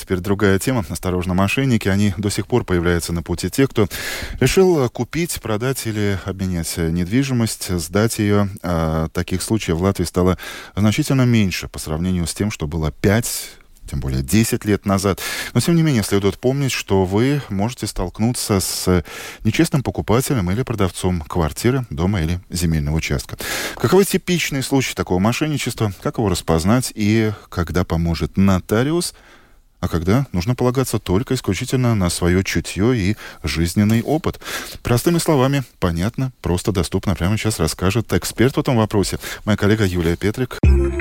теперь другая тема. Осторожно, мошенники. Они до сих пор появляются на пути тех, кто решил купить, продать или обменять недвижимость, сдать ее. Таких случаев в Латвии стало значительно меньше по сравнению с тем, что было 5, тем более 10 лет назад. Но, тем не менее, следует помнить, что вы можете столкнуться с нечестным покупателем или продавцом квартиры, дома или земельного участка. Каковы типичные случаи такого мошенничества, как его распознать и когда поможет нотариус, а когда нужно полагаться только исключительно на свое чутье и жизненный опыт. Простыми словами, понятно, просто доступно. Прямо сейчас расскажет эксперт в этом вопросе. Моя коллега Юлия Петрик.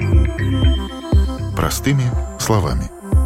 Простыми словами.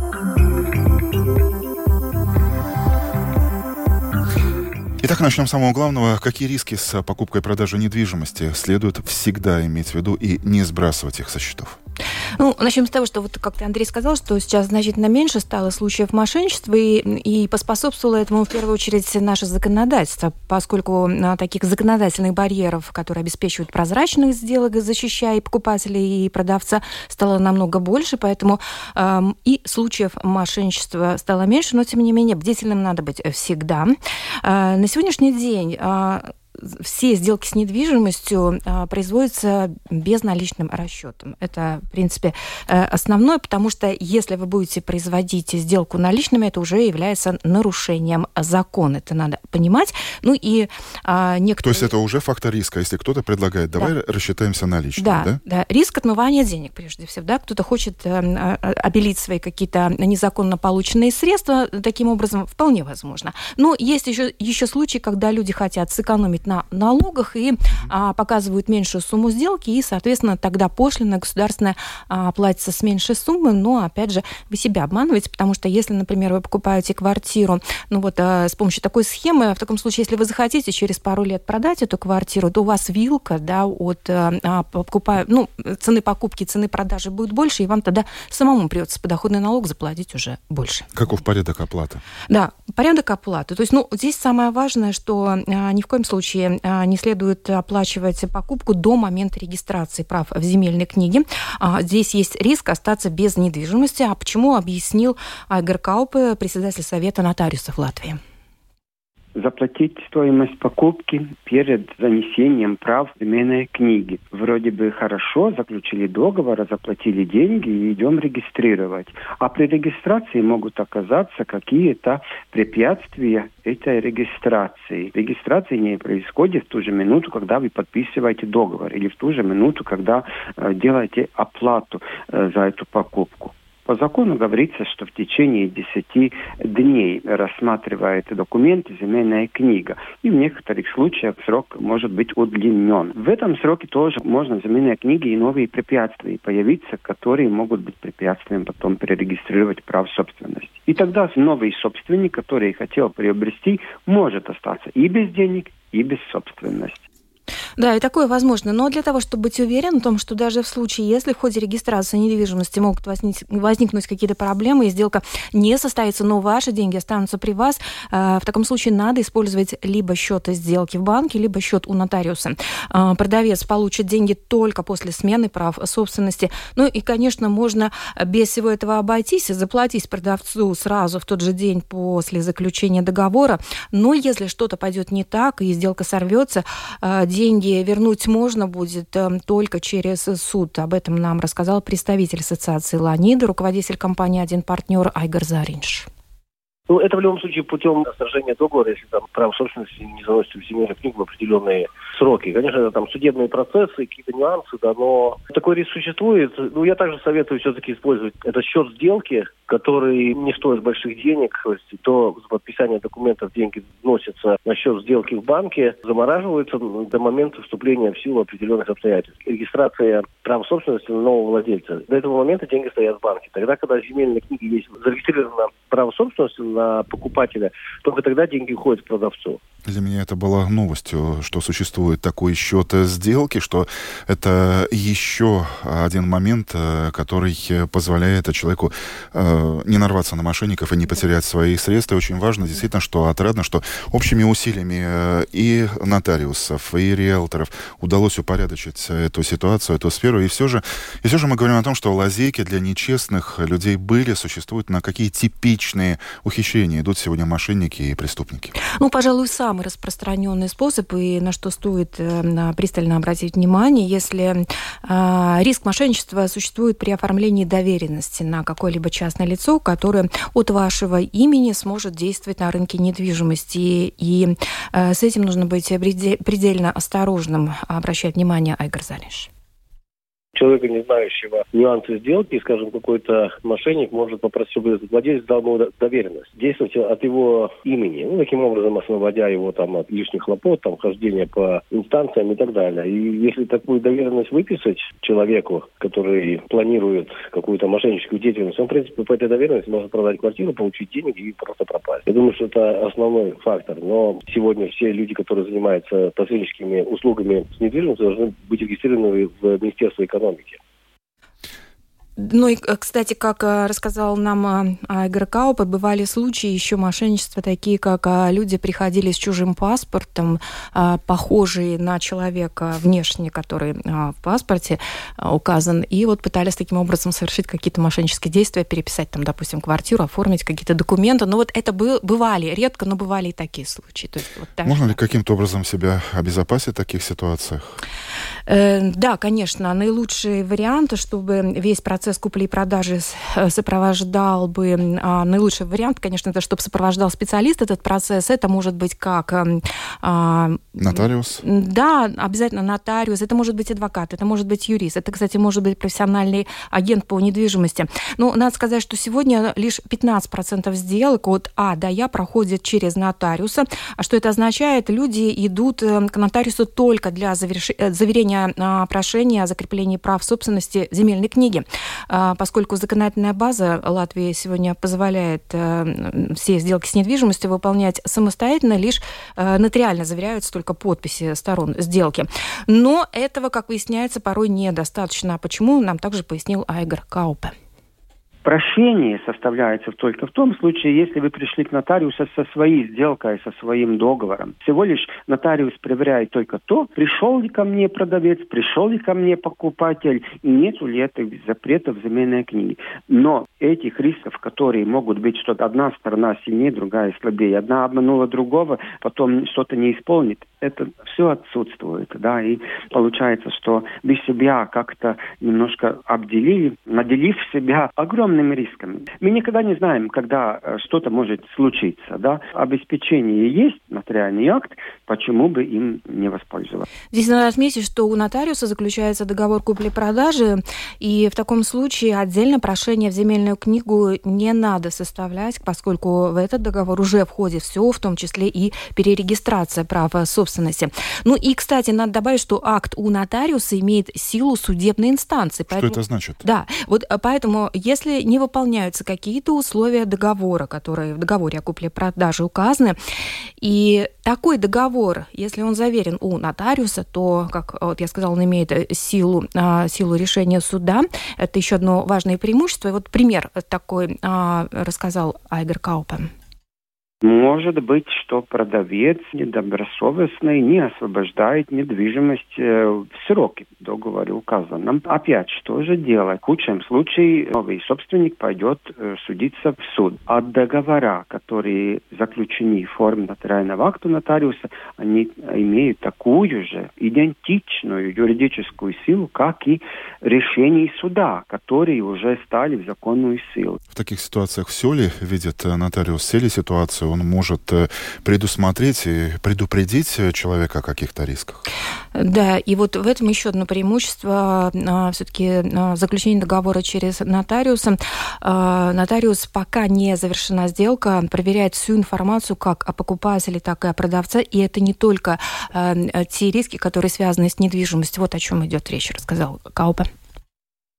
Итак, начнем с самого главного. Какие риски с покупкой и продажей недвижимости следует всегда иметь в виду и не сбрасывать их со счетов? Начнем с того, что, вот как ты, Андрей, сказал, что сейчас значительно меньше стало случаев мошенничества, и поспособствовало этому в первую очередь наше законодательство, поскольку таких законодательных барьеров, которые обеспечивают прозрачность сделок, защищая и покупателей, и продавца, стало намного больше, поэтому и случаев мошенничества стало меньше, но, тем не менее, бдительным надо быть всегда. На сегодняшний день все сделки с недвижимостью производятся безналичным расчетом. Это, в принципе, основное, потому что если вы будете производить сделку наличными, это уже является нарушением закона. Это надо понимать. То есть это уже фактор риска. Если кто-то предлагает, давай рассчитаемся наличными, да? Риск отмывания денег, прежде всего. Да? Кто-то хочет обелить свои какие-то незаконно полученные средства. Таким образом, вполне возможно. Но есть еще случаи, когда люди хотят сэкономить на налогах и показывают меньшую сумму сделки, и, соответственно, тогда пошлина государственная платится с меньшей суммы, но, опять же, вы себя обманываете, потому что если, например, вы покупаете квартиру, с помощью такой схемы, в таком случае, если вы захотите через пару лет продать эту квартиру, то у вас вилка, от цены покупки, цены продажи будет больше, и вам тогда самому придется подоходный налог заплатить уже больше. Каков порядок оплаты? Да, порядок оплаты. То есть, здесь самое важное, что ни в коем случае не следует оплачивать покупку до момента регистрации прав в земельной книге. Здесь есть риск остаться без недвижимости. А почему, объяснил Айгар Каупе, председатель Совета нотариусов Латвии. Заплатить стоимость покупки перед занесением прав в земельной книге. Вроде бы хорошо, заключили договор, заплатили деньги и идем регистрировать. А при регистрации могут оказаться какие-то препятствия этой регистрации. Регистрация не происходит в ту же минуту, когда вы подписываете договор, или в ту же минуту, когда делаете оплату за эту покупку. По закону говорится, что в течение 10 дней рассматривает документы земельная книга. И в некоторых случаях срок может быть удлинен. В этом сроке тоже можно в земельной книге и новые препятствия появиться, которые могут быть препятствием потом перерегистрировать прав собственности. И тогда новый собственник, который хотел приобрести, может остаться и без денег, и без собственности. Да, и такое возможно. Но для того, чтобы быть уверен в том, что даже в случае, если в ходе регистрации недвижимости могут возникнуть какие-то проблемы, и сделка не состоится, но ваши деньги останутся при вас, в таком случае надо использовать либо счет сделки в банке, либо счет у нотариуса. Продавец получит деньги только после смены прав собственности. И, конечно, можно без всего этого обойтись и заплатить продавцу сразу в тот же день после заключения договора. Но если что-то пойдет не так, и сделка сорвется, деньги вернуть можно будет только через суд. Об этом нам рассказал представитель ассоциации «Ланида», руководитель компании «Один партнер» Айгар Заринш. Это в любом случае путем расторжения договора, если там право собственности не заносится в земельную книгу в определенные сроки. Конечно, это там судебные процессы, какие-то нюансы, но такой риск существует. Я также советую все-таки использовать этот счет сделки, который не стоит больших денег. То есть до подписания документов деньги вносятся на счет сделки в банке, замораживаются до момента вступления в силу определенных обстоятельств. Регистрация права собственности на нового владельца. До этого момента деньги стоят в банке. Тогда, когда в земельной книге есть зарегистрировано право собственности на покупателя, только тогда деньги уходят к продавцу. Для меня это была новостью, что существует такой счет сделки, что это еще один момент, который позволяет человеку не нарваться на мошенников и не потерять свои средства. И очень важно, действительно, что отрадно, что общими усилиями и нотариусов, и риэлторов удалось упорядочить эту ситуацию, эту сферу. И все же мы говорим о том, что лазейки для нечестных людей были, существуют. На какие типичные ухищрения идут сегодня мошенники и преступники? Пожалуй, самый распространенный способ, и на что стоит пристально обратить внимание, если риск мошенничества существует при оформлении доверенности на какое-либо частное лицо, которое от вашего имени сможет действовать на рынке недвижимости. И с этим нужно быть предельно осторожным, обращать внимание, Айгар Залиш. Человека, не знающего нюансы сделки, скажем, какой-то мошенник может попросить, чтобы владелец дал ему доверенность, действовать от его имени, таким образом освободя его от лишних хлопот, хождения по инстанциям и так далее. И если такую доверенность выписать человеку, который планирует какую-то мошенническую деятельность, он, в принципе, по этой доверенности может продать квартиру, получить деньги и просто пропасть. Я думаю, что это основной фактор. Но сегодня все люди, которые занимаются посредническими услугами с недвижимостью, должны быть регистрированы в Министерстве экономики. И, кстати, как рассказал нам Айгар Каупе, бывали случаи еще мошенничества, такие как люди приходили с чужим паспортом, похожие на человека внешне, который в паспорте указан, и пытались таким образом совершить какие-то мошеннические действия, переписать допустим, квартиру, оформить какие-то документы. Но это бывали, редко, но бывали и такие случаи. То есть, Можно ли каким-то образом себя обезопасить в таких ситуациях? Да, конечно. Наилучший вариант, чтобы весь процесс купли и продажи сопровождал бы... Наилучший вариант, конечно, это чтобы сопровождал специалист этот процесс. Это может быть как... Нотариус? Да, обязательно нотариус. Это может быть адвокат, это может быть юрист. Это, кстати, может быть профессиональный агент по недвижимости. Но надо сказать, что сегодня лишь 15% сделок от А до Я проходят через нотариуса. А что это означает? Люди идут к нотариусу только для заверения прошения о закреплении прав собственности земельной книги. Поскольку законодательная база Латвии сегодня позволяет все сделки с недвижимостью выполнять самостоятельно, лишь нотариально заверяются только подписи сторон сделки. Но этого, как выясняется, порой недостаточно. Почему, нам также пояснил Айгар Каупе. Прошение составляется только в том случае, если вы пришли к нотариусу со своей сделкой, со своим договором. Всего лишь нотариус проверяет только то, пришел ли ко мне продавец, пришел ли ко мне покупатель, и нет ли этих запретов в земельной книге. Но этих рисков, которые могут быть, что одна сторона сильнее, другая слабее, одна обманула другого, потом что-то не исполнит, это все отсутствует. Да? И получается, что вы себя как-то немножко обделили, наделив себя огромными рисками. Мы никогда не знаем, когда что-то может случиться. Да? Обеспечение есть, нотариальный акт, почему бы им не воспользоваться. Здесь надо отметить, что у нотариуса заключается договор купли-продажи, и в таком случае отдельно прошение в земельную книгу не надо составлять, поскольку в этот договор уже входит все, в том числе и перерегистрация права собственности. И, кстати, надо добавить, что акт у нотариуса имеет силу судебной инстанции. Что это значит? Да, поэтому, если не выполняются какие-то условия договора, которые в договоре о купле-продаже указаны, и такой договор, если он заверен у нотариуса, то, как я сказала, он имеет силу решения суда. Это еще одно важное преимущество. И пример такой рассказал Айгар Каупе. Может быть, что продавец недобросовестный не освобождает недвижимость в сроки в договоре указанном. Опять, что же делать? В худшем случае новый собственник пойдет судиться в суд. А договора, которые заключены в форме нотариального акта нотариуса, они имеют такую же идентичную юридическую силу, как и решения суда, которые уже стали в законную силу. В таких ситуациях все ли видит нотариус, все ли ситуацию он может предусмотреть и предупредить человека о каких-то рисках? Да, и в этом еще одно преимущество все-таки заключение договора через нотариуса. Нотариус, пока не завершена сделка, проверяет всю информацию как о покупателе, так и о продавце, и это не только те риски, которые связаны с недвижимостью. Вот о чем идет речь, рассказал Каупе.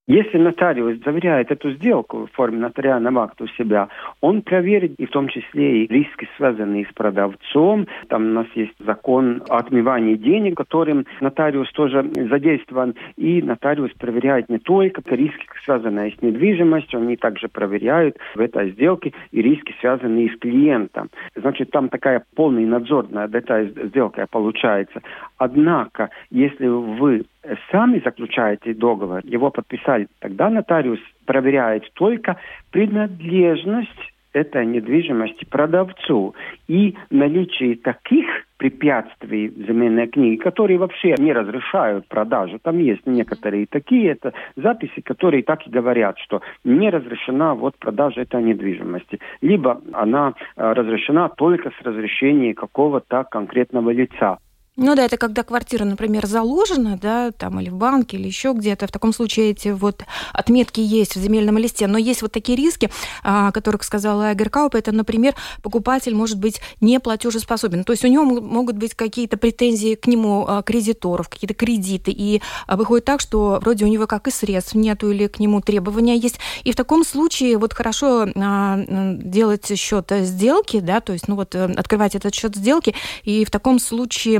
Если нотариус заверяет эту сделку в форме нотариального акта у себя, он проверит и в том числе и риски, связанные с продавцом. Там у нас есть закон о отмывании денег, которым нотариус тоже задействован. И нотариус проверяет не только риски, связанные с недвижимостью, они также проверяют в этой сделке и риски, связанные с клиентом. Значит, там такая полный надзор над этой сделкой получается. Однако, если вы сами заключаете договор, его подписали, тогда нотариус проверяет только принадлежность этой недвижимости продавцу и наличие таких препятствий в земельной книге, которые вообще не разрешают продажу. Там есть некоторые такие, это записи, которые так и говорят, что не разрешена продажа этой недвижимости. Либо она разрешена только с разрешения какого-то конкретного лица. Ну да, это когда квартира, например, заложена, да, там или в банке, или еще где-то. В таком случае эти отметки есть в земельном листе. Но есть такие риски, о которых сказала Айгер Кауп. Это, например, покупатель может быть не платежеспособен. То есть у него могут быть какие-то претензии к нему кредиторов, какие-то кредиты. И выходит так, что вроде у него как и средств нету, или к нему требования есть. И в таком случае хорошо делать счет сделки, да, то есть открывать этот счет сделки. И в таком случае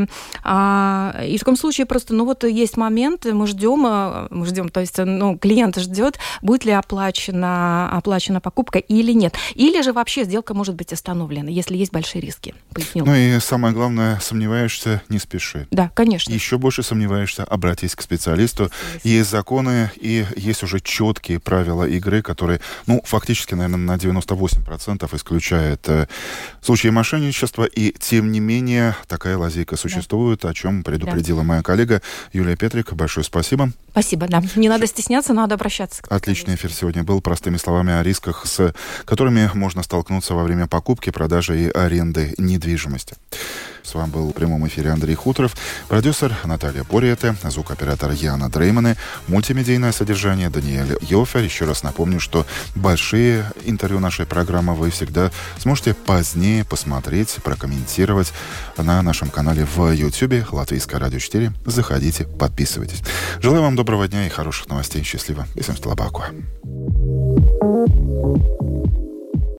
просто, есть момент, мы ждем, то есть, клиент ждет, будет ли оплачена покупка или нет. Или же вообще сделка может быть остановлена, если есть большие риски, пояснил. Ну и самое главное, сомневаешься, не спеши. Да, конечно. Еще больше сомневаешься, обратись к специалисту. Есть законы и есть уже четкие правила игры, которые, фактически, наверное, на 98% исключают случаи мошенничества, и тем не менее такая лазейка существует, о чем предупредила моя коллега Юлия Петрик. Большое спасибо. Спасибо, да. Не надо стесняться, надо обращаться. Отличный эфир сегодня был. Простыми словами о рисках, с которыми можно столкнуться во время покупки, продажи и аренды недвижимости. С вами был в прямом эфире Андрей Хуторов, продюсер Наталья Бориэте, звукооператор Яна Дреймане, мультимедийное содержание Даниэль Йофер. Еще раз напомню, что большие интервью нашей программы вы всегда сможете позднее посмотреть, прокомментировать на нашем канале в YouTube Латвийское радио 4. Заходите, подписывайтесь. Желаю вам доброго дня и хороших новостей. Счастливо. Visiem labāko.